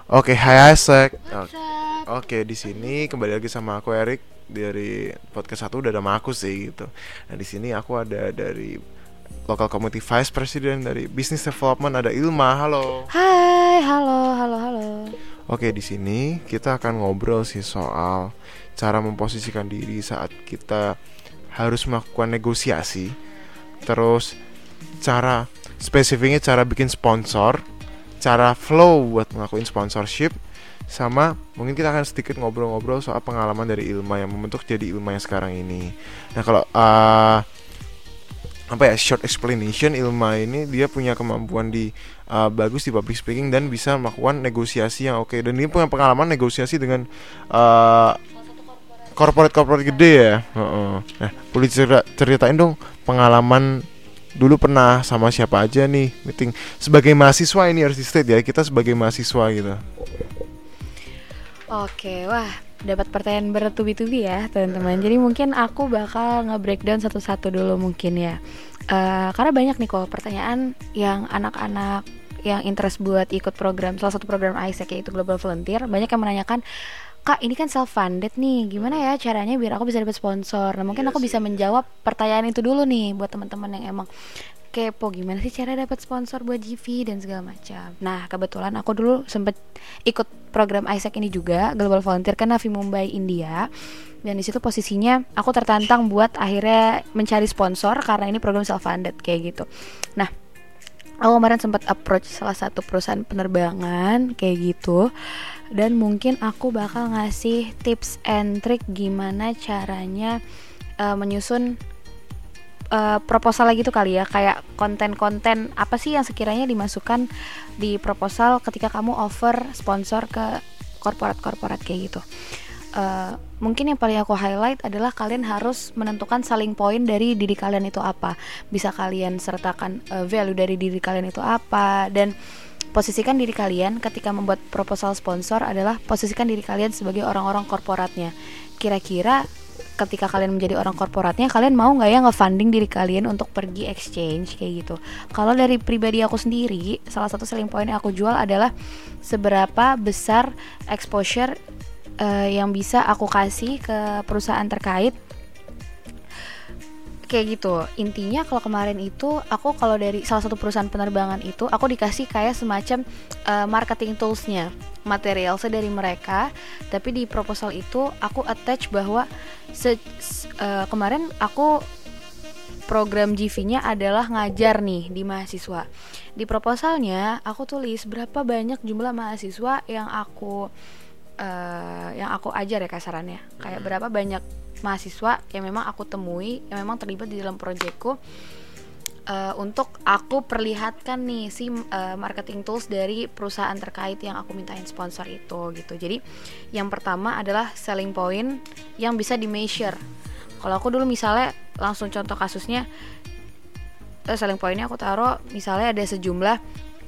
Oke, hai Isaac. What's up? Oke, di sini kembali lagi sama aku Erik dari podcast satu udah ada sama aku sih gitu. Nah, di sini aku ada dari local community vice president dari business development ada Ilma. Halo. Hai, halo, halo, halo. Oke, di sini kita akan ngobrol sih soal cara memposisikan diri saat kita harus melakukan negosiasi. Terus cara spesifiknya cara bikin sponsor, cara flow buat ngelakuin sponsorship, sama mungkin kita akan sedikit ngobrol-ngobrol soal pengalaman dari Ilma yang membentuk jadi Ilma yang sekarang ini. Nah kalau apa ya, short explanation, Ilma ini dia punya kemampuan di bagus di public speaking dan bisa melakukan negosiasi yang oke. Dan dia punya pengalaman negosiasi dengan corporate gede ya. Nah boleh ceritain dong pengalaman dulu pernah sama siapa aja nih meeting sebagai mahasiswa, ini harus di state ya, kita sebagai mahasiswa gitu. Oke, wah, dapat pertanyaan bertubi-tubi ya, teman-teman. Jadi mungkin aku bakal nge-breakdown satu-satu dulu mungkin ya. Karena banyak nih kok pertanyaan yang anak-anak yang interest buat ikut program, salah satu program ISEC yaitu Global Volunteer, banyak yang menanyakan, Kak, ini kan self-funded nih, gimana ya caranya biar aku bisa dapat sponsor? Nah, mungkin Iya aku bisa sih. menjawab pertanyaan itu dulu nih buat teman-teman yang emang kepo gimana sih cara dapat sponsor buat GV dan segala macam. Nah, kebetulan aku dulu sempet ikut program ISEC ini juga, Global Volunteer kan Navi Mumbai India. Dan di situ posisinya aku tertantang buat akhirnya mencari sponsor karena ini program self funded kayak gitu. Nah, aku kemarin sempat approach salah satu perusahaan penerbangan kayak gitu. Dan mungkin aku bakal ngasih tips and trick gimana caranya menyusun proposal lagi tuh kali ya, kayak konten-konten apa sih yang sekiranya dimasukkan di proposal ketika kamu offer sponsor ke korporat-korporat kayak gitu. Mungkin yang paling aku highlight adalah kalian harus menentukan selling point dari diri kalian itu apa. Bisa kalian sertakan value dari diri kalian itu apa, dan posisikan diri kalian ketika membuat proposal sponsor adalah posisikan diri kalian sebagai orang-orang korporatnya. Kira-kira ketika kalian menjadi orang korporatnya, kalian mau nggak ya nge-funding diri kalian untuk pergi exchange kayak gitu. Kalau dari pribadi aku sendiri, salah satu selling point yang aku jual adalah seberapa besar exposure yang bisa aku kasih ke perusahaan terkait kayak gitu. Intinya kalau kemarin itu aku kalau dari salah satu perusahaan penerbangan itu aku dikasih kayak semacam marketing toolsnya, materialnya dari mereka, tapi di proposal itu aku attach bahwa kemarin aku program GV-nya adalah ngajar nih di mahasiswa. Di proposalnya aku tulis berapa banyak jumlah mahasiswa yang aku ajar ya kasarannya. Kayak berapa banyak mahasiswa yang memang aku temui yang memang terlibat di dalam proyekku, untuk aku perlihatkan nih si marketing tools dari perusahaan terkait yang aku mintain sponsor itu gitu. Jadi yang pertama adalah selling point yang bisa di measure. Kalau aku dulu misalnya langsung contoh kasusnya, selling pointnya aku taruh misalnya ada sejumlah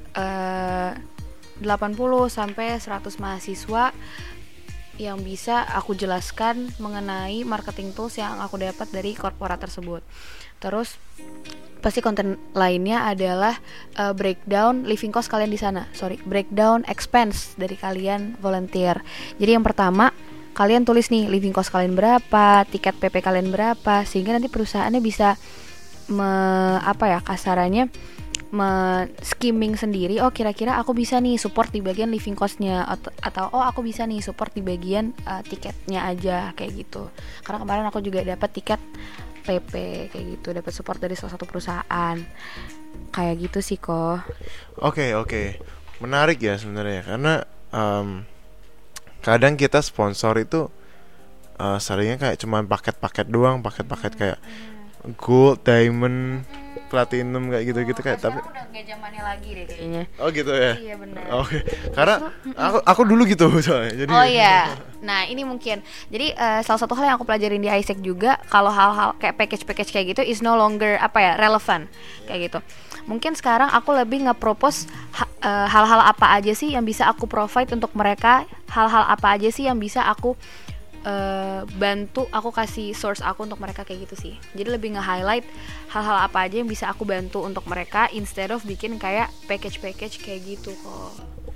80 sampai 100 mahasiswa yang bisa aku jelaskan mengenai marketing tools yang aku dapat dari korporat tersebut. Terus pasti konten lainnya adalah breakdown living cost kalian di sana. Breakdown expense dari kalian volunteer. Jadi yang pertama, kalian tulis nih living cost kalian berapa, tiket PP kalian berapa, sehingga nanti perusahaannya bisa kasarannya skimming sendiri. Oh, kira-kira aku bisa nih support di bagian living costnya, atau oh aku bisa nih support di bagian tiketnya aja kayak gitu. Karena kemarin aku juga dapat tiket PP kayak gitu, dapat support dari salah satu perusahaan kayak gitu sih kok. Oke, menarik ya sebenarnya karena kadang kita sponsor itu seringnya kayak cuman paket-paket doang, paket-paket kayak gold, diamond, platinum kayak gitu-gitu kayak, tapi Sekarang udah gak zamannya lagi deh kayaknya. oh gitu ya. Iya benar. Oke, karena aku dulu gitu soalnya. Jadi Oh iya, nah ini mungkin. Jadi salah satu hal yang aku pelajarin di ISEC juga, kalau hal-hal kayak package-package kayak gitu is no longer relevan kayak gitu. Mungkin sekarang aku lebih nge-propose hal-hal apa aja sih yang bisa aku provide untuk mereka, hal-hal apa aja sih yang bisa aku bantu, aku kasih source aku untuk mereka kayak gitu sih. Jadi lebih nge-highlight hal-hal apa aja yang bisa aku bantu untuk mereka instead of bikin kayak package-package kayak gitu kok.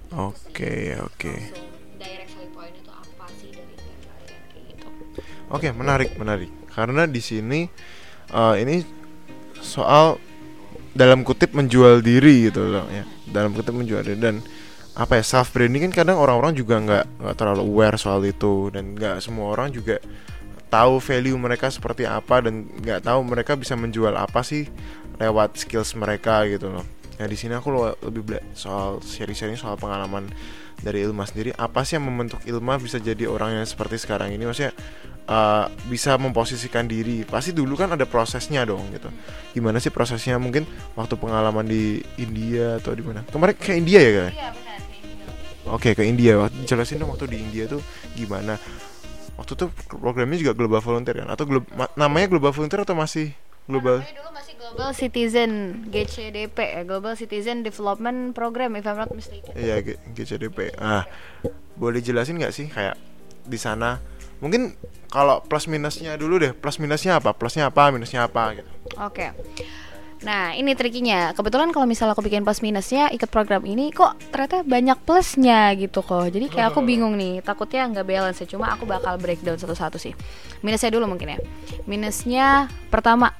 Oke, oke. langsung direct selling point itu apa sih dari kalian kayak gitu. Oke, menarik, menarik. Karena di sini ini soal dalam kutip menjual diri gitu loh ya. Dalam kutip menjual diri dan apa ya, self branding kan kadang orang-orang juga nggak terlalu aware soal itu, dan nggak semua orang juga tahu value mereka seperti apa, dan nggak tahu mereka bisa menjual apa sih lewat skills mereka gitu loh. Nah di sini aku lebih soal sharing-sharing soal pengalaman dari Ilma sendiri. Apa sih yang membentuk Ilma bisa jadi orang yang seperti sekarang ini? Maksudnya bisa memposisikan diri. Pasti dulu kan ada prosesnya dong gitu. Gimana sih prosesnya? Mungkin waktu pengalaman di India atau di mana? Kemarin ke India ya kan? Iya benar kayak gitu. Oke, ke India. Jelasin dong waktu di India tuh gimana? Waktu tuh programnya juga Global Volunteer kan? Atau namanya Global Volunteer atau masih Global? Namanya dulu masih Global Citizen GCDP ya, Global Citizen Development Program if I'm not mistaken. Iya, GCDP. Boleh jelasin nggak sih kayak di sana? Mungkin kalau plus minusnya dulu deh. Plus minusnya apa? Plusnya apa? Minusnya apa? Gitu. Oke. Nah ini trikinya. Kebetulan kalau misalnya aku bikin plus minusnya ikut program ini, kok ternyata banyak plusnya gitu kok. Jadi kayak aku bingung nih. Takutnya nggak balance ya. Cuma aku bakal breakdown satu-satu sih. Minusnya dulu mungkin ya. Minusnya pertama,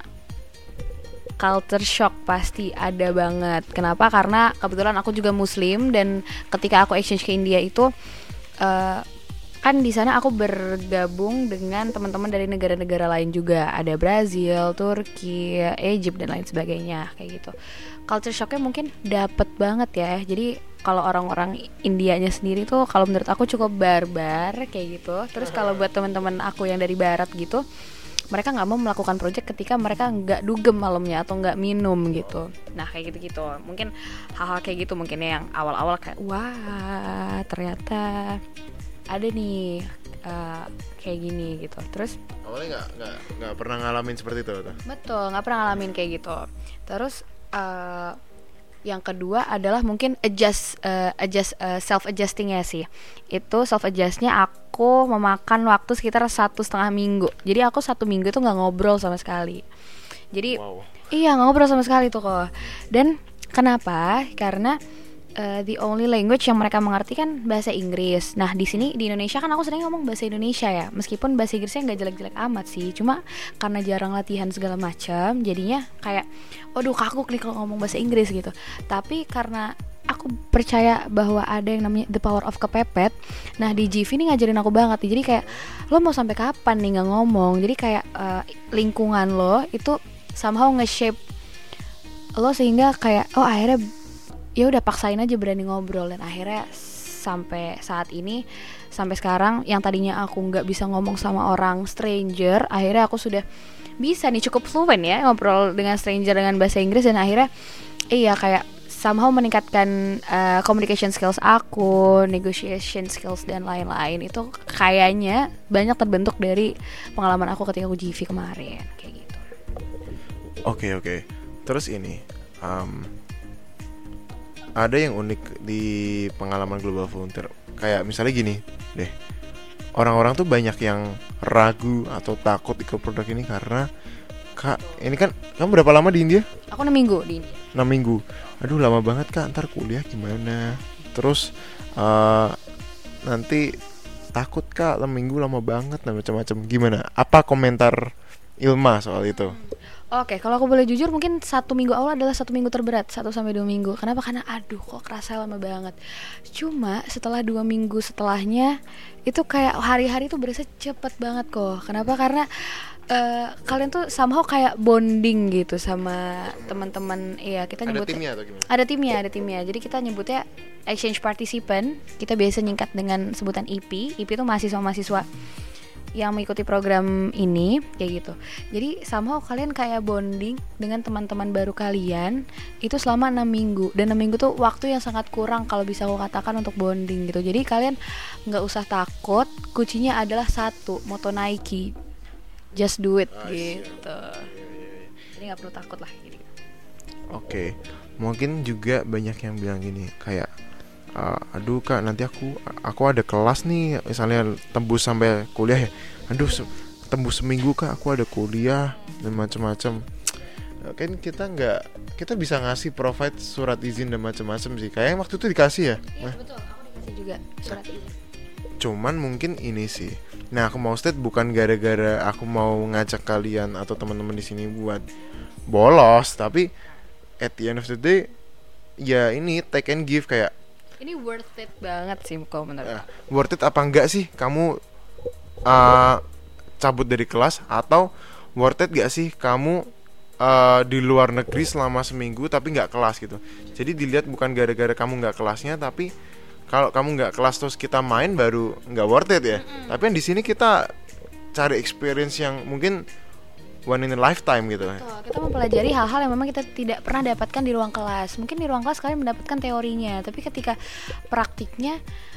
culture shock pasti ada banget. Kenapa? Karena kebetulan aku juga muslim, dan ketika aku exchange ke India itu kan di sana aku bergabung dengan teman-teman dari negara-negara lain juga. Ada Brazil, Turki, Egypt dan lain sebagainya kayak gitu. Culture shocknya mungkin dapet banget ya. Jadi kalau orang-orang Indianya sendiri tuh kalau menurut aku cukup barbar kayak gitu. Terus kalau buat teman-teman aku yang dari barat gitu, mereka nggak mau melakukan project ketika mereka nggak dugem malamnya atau nggak minum gitu. Nah kayak gitu-gitu. Mungkin hal-hal kayak gitu mungkin ya, yang awal-awal kayak wah ternyata ada nih kayak gini gitu. Terus Awalnya nggak pernah ngalamin seperti itu tuh. betul nggak pernah ngalamin kayak gitu. Terus yang kedua adalah mungkin adjust self adjustingnya sih. Itu self adjustnya aku memakan waktu sekitar 1,5 minggu. Jadi aku 1 minggu itu nggak ngobrol sama sekali. Jadi iya nggak ngobrol sama sekali tuh kok. Dan kenapa? Karena the only language yang mereka mengerti kan bahasa Inggris. Nah di sini di Indonesia kan aku sering ngomong bahasa Indonesia ya, meskipun bahasa Inggrisnya nggak jelek-jelek amat sih. Cuma karena jarang latihan segala macam, jadinya kayak, waduh kaku nih kalau ngomong bahasa Inggris gitu. Tapi karena aku percaya bahwa ada yang namanya the power of kepepet. Nah di GV ini ngajarin aku banget. Jadi kayak lo mau sampai kapan nih nggak ngomong. Jadi kayak lingkungan lo itu somehow nge-shape lo sehingga kayak akhirnya ya udah paksain aja berani ngobrol. Dan akhirnya sampai saat ini, sampai sekarang, yang tadinya aku nggak bisa ngomong sama orang stranger, akhirnya aku sudah bisa nih cukup fluent ya ngobrol dengan stranger dengan bahasa Inggris. Dan akhirnya iya kayak somehow meningkatkan communication skills aku, negotiation skills dan lain-lain. Itu kayaknya banyak terbentuk dari pengalaman aku ketika aku GV kemarin kayak gitu. Oke. Terus ini ada yang unik di pengalaman Global Volunteer. Kayak misalnya gini deh, orang-orang tuh banyak yang ragu atau takut ikut produk ini karena Kak, ini kan kamu berapa lama di India? Aku 6 minggu di India. 6 minggu. Aduh lama banget Kak, ntar kuliah gimana? Terus nanti takut Kak, 6 minggu lama banget dan macam-macam. Gimana? Apa komentar Ilma soal itu? Oke, kalau aku boleh jujur, mungkin 1 minggu awal adalah 1 minggu terberat, 1-2 minggu. Kenapa? Karena aduh kok kerasa lama banget. Cuma setelah 2 minggu setelahnya, itu kayak hari-hari tuh berasa cepet banget kok. Kenapa? Karena kalian tuh somehow kayak bonding gitu sama teman-teman. Iya, kita nyebut Ada timnya atau gimana? Ada timnya. Jadi kita nyebutnya exchange participant. Kita biasa nyingkat dengan sebutan EP. EP itu mahasiswa-mahasiswa yang mengikuti program ini kayak gitu. Jadi somehow kalian kayak bonding dengan teman-teman baru kalian itu selama 6 minggu. Dan 6 minggu tuh waktu yang sangat kurang kalau bisa aku katakan untuk bonding gitu. Jadi kalian gak usah takut. Kuncinya adalah satu, moto Nike, just do it gitu. Jadi gak perlu takut lah gitu. Oke. Mungkin juga banyak yang bilang gini, kayak aduh Kak, nanti aku ada kelas nih, misalnya tembus sampai kuliah ya. Aduh tembus seminggu Kak, aku ada kuliah dan macam-macam. kan kita bisa ngasih provide surat izin dan macam-macam sih. Kayak waktu itu dikasih ya. Iya betul, aku dikasih juga surat izin. Cuman mungkin ini sih. Nah, aku mau state bukan gara-gara aku mau ngajak kalian atau teman-teman di sini buat bolos, tapi at the end of the day ya ini take and give kayak Ini worth it banget sih kalau menurut aku. worth it apa enggak sih kamu cabut dari kelas, atau worth it gak sih kamu di luar negeri selama seminggu tapi nggak kelas gitu. Jadi dilihat bukan gara-gara kamu nggak kelasnya, tapi kalau kamu nggak kelas terus kita main baru nggak worth it ya. Tapi yang di sini kita cari experience yang mungkin one in a lifetime gitu. Betul, kita mempelajari hal-hal yang memang kita tidak pernah dapatkan di ruang kelas. Mungkin di ruang kelas kalian mendapatkan teorinya, tapi ketika praktiknya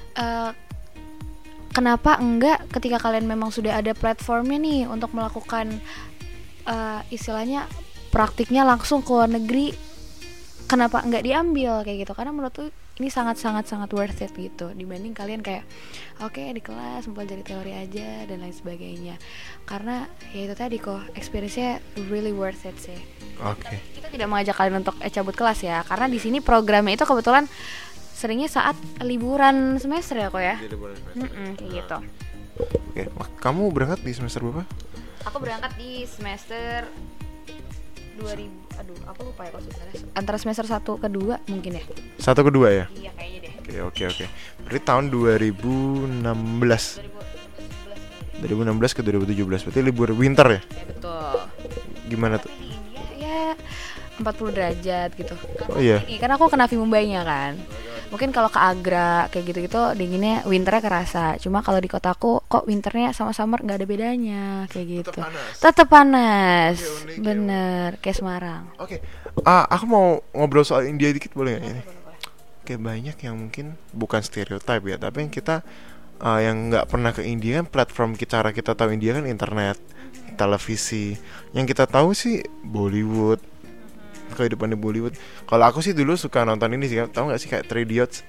kenapa enggak ketika kalian memang sudah ada platformnya nih untuk melakukan istilahnya praktiknya langsung ke luar negeri, kenapa enggak diambil kayak gitu? Karena menurut tuh ini sangat worth it gitu dibanding kalian kayak oke, di kelas mempelajari teori aja dan lain sebagainya. Karena ya itu tadi kok experience-nya really worth it sih. Oke. Kita tidak mengajak kalian untuk cabut kelas ya, karena di sini programnya itu kebetulan seringnya saat liburan semester ya kok ya. Kayak gitu. Oke, kamu berangkat di semester berapa? Aku berangkat di semester 2000, aku lupa ya kalau sebenarnya. Antara semester 1 ke 2 mungkin ya. 1 ke 2 ya? Iya kayaknya deh. Oke. Berarti tahun 2016 ke 2017. Berarti libur winter ya? Ya betul. Gimana tuh? Di India ya 40 derajat gitu. Oh iya. Karena aku ke Navi Mumbai-nya kan. Mungkin kalau ke Agra kayak gitu-gitu dinginnya, winternya kerasa. Cuma kalau di kotaku kok winternya sama summer nggak ada bedanya kayak gitu. Tetap panas. Bener, kayak Semarang. Oke. Aku mau ngobrol soal India dikit boleh nggak ini? Kayak banyak yang mungkin bukan stereotype ya, tapi yang kita yang nggak pernah ke India kan platform cara kita tahu India kan internet, televisi. Yang kita tahu sih Bollywood, kehidupan di Bollywood. Kalau aku sih dulu suka nonton ini sih, tahu nggak sih kayak Three Idiots.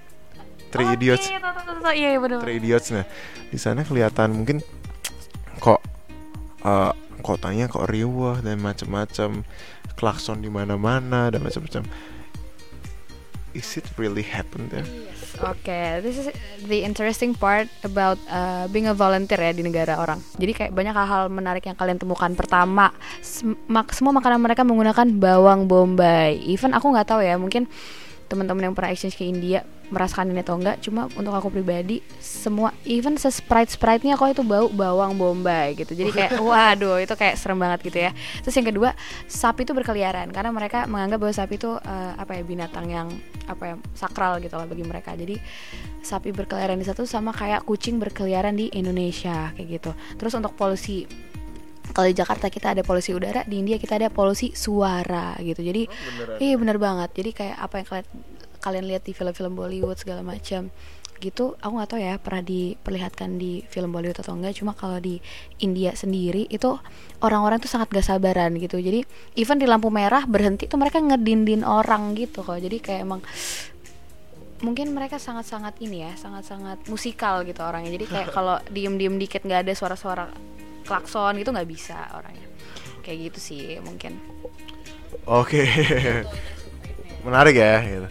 Iya benar. Three Idiots. Nah, di sana kelihatan mungkin kok kotanya kok riuh dan macam-macam, klakson di mana-mana dan macam-macam. Is it really happen there? Oke, this is the interesting part about being a volunteer ya di negara orang. Jadi kayak banyak hal-hal menarik yang kalian temukan. Pertama, semua makanan mereka menggunakan bawang bombay. Even aku nggak tahu ya, mungkin teman-teman yang pernah exchange ke India merasakan ini atau enggak. Cuma untuk aku pribadi, semua even se-sprite-nya kok itu bau bawang bombay gitu. Jadi kayak waduh, itu kayak serem banget gitu ya. Terus yang kedua, sapi itu berkeliaran karena mereka menganggap bahwa sapi itu binatang yang sakral gitu lah bagi mereka. Jadi sapi berkeliaran di satu sama kayak kucing berkeliaran di Indonesia kayak gitu. Terus untuk polusi, kalau di Jakarta kita ada polusi udara, di India kita ada polusi suara gitu. Jadi iya benar banget. Jadi kayak apa yang kalian lihat di film-film Bollywood segala macam gitu, aku nggak tahu ya pernah diperlihatkan di film Bollywood atau enggak. Cuma kalau di India sendiri itu orang-orang tuh sangat gak sabaran gitu. Jadi even di lampu merah berhenti tuh mereka ngedindin orang gitu kok. Jadi kayak emang mungkin mereka sangat-sangat ini ya, sangat-sangat musikal gitu orangnya. Jadi kayak kalau diem-diem dikit nggak ada suara-suara klakson gitu nggak bisa orangnya. Kayak gitu sih mungkin. Oke. Menarik ya gitu.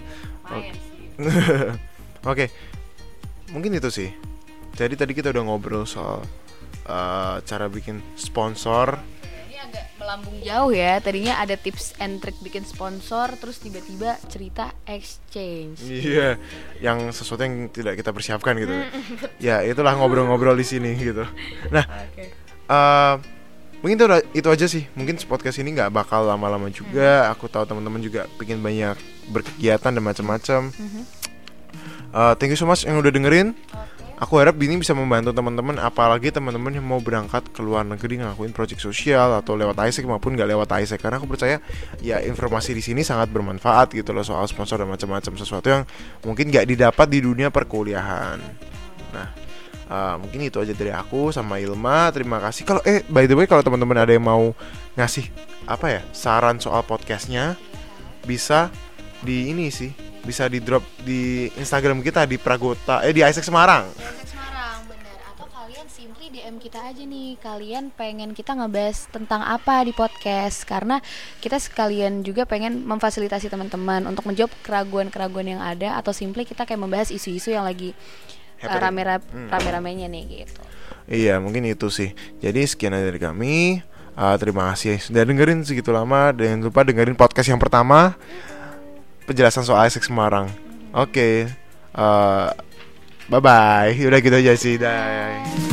Oke. Mungkin itu sih. Jadi tadi kita udah ngobrol soal cara bikin sponsor. Ini agak melambung jauh ya. Tadinya ada tips and trick bikin sponsor, terus tiba-tiba cerita exchange. Iya, yang sesuatu yang tidak kita persiapkan gitu. Ya, itulah ngobrol-ngobrol di sini gitu. Nah, mungkin itu aja sih. Mungkin podcast ini nggak bakal lama-lama juga. Aku tahu teman-teman juga pengen banyak berkegiatan dan macam-macam. Thank you so much yang udah dengerin. Aku harap ini bisa membantu teman-teman, apalagi teman-teman yang mau berangkat ke luar negeri ngelakuin project sosial atau lewat ISEC maupun nggak lewat ISEC. Karena aku percaya ya informasi di sini sangat bermanfaat gitu loh soal sponsor dan macam-macam, sesuatu yang mungkin nggak didapat di dunia perkuliahan. Nah, mungkin itu aja dari aku sama Ilma. Terima kasih. Kalau by the way, kalau teman-teman ada yang mau ngasih saran soal podcastnya, bisa di ini sih, bisa di drop di Instagram kita di Pragota di ISEC Semarang. Di ISEC Semarang bener. Atau kalian simply DM kita aja nih, kalian pengen kita ngebahas tentang apa di podcast, karena kita sekalian juga pengen memfasilitasi teman-teman untuk menjawab keraguan-keraguan yang ada, atau simply kita kayak membahas isu-isu yang lagi rame-ramenya nih gitu. Iya, mungkin itu sih. Jadi sekian aja dari kami. Terima kasih sudah dengerin segitu lama. Jangan lupa dengerin podcast yang pertama, penjelasan soal Isaac Semarang. Oke. Bye bye. Udah gitu aja sih. Bye.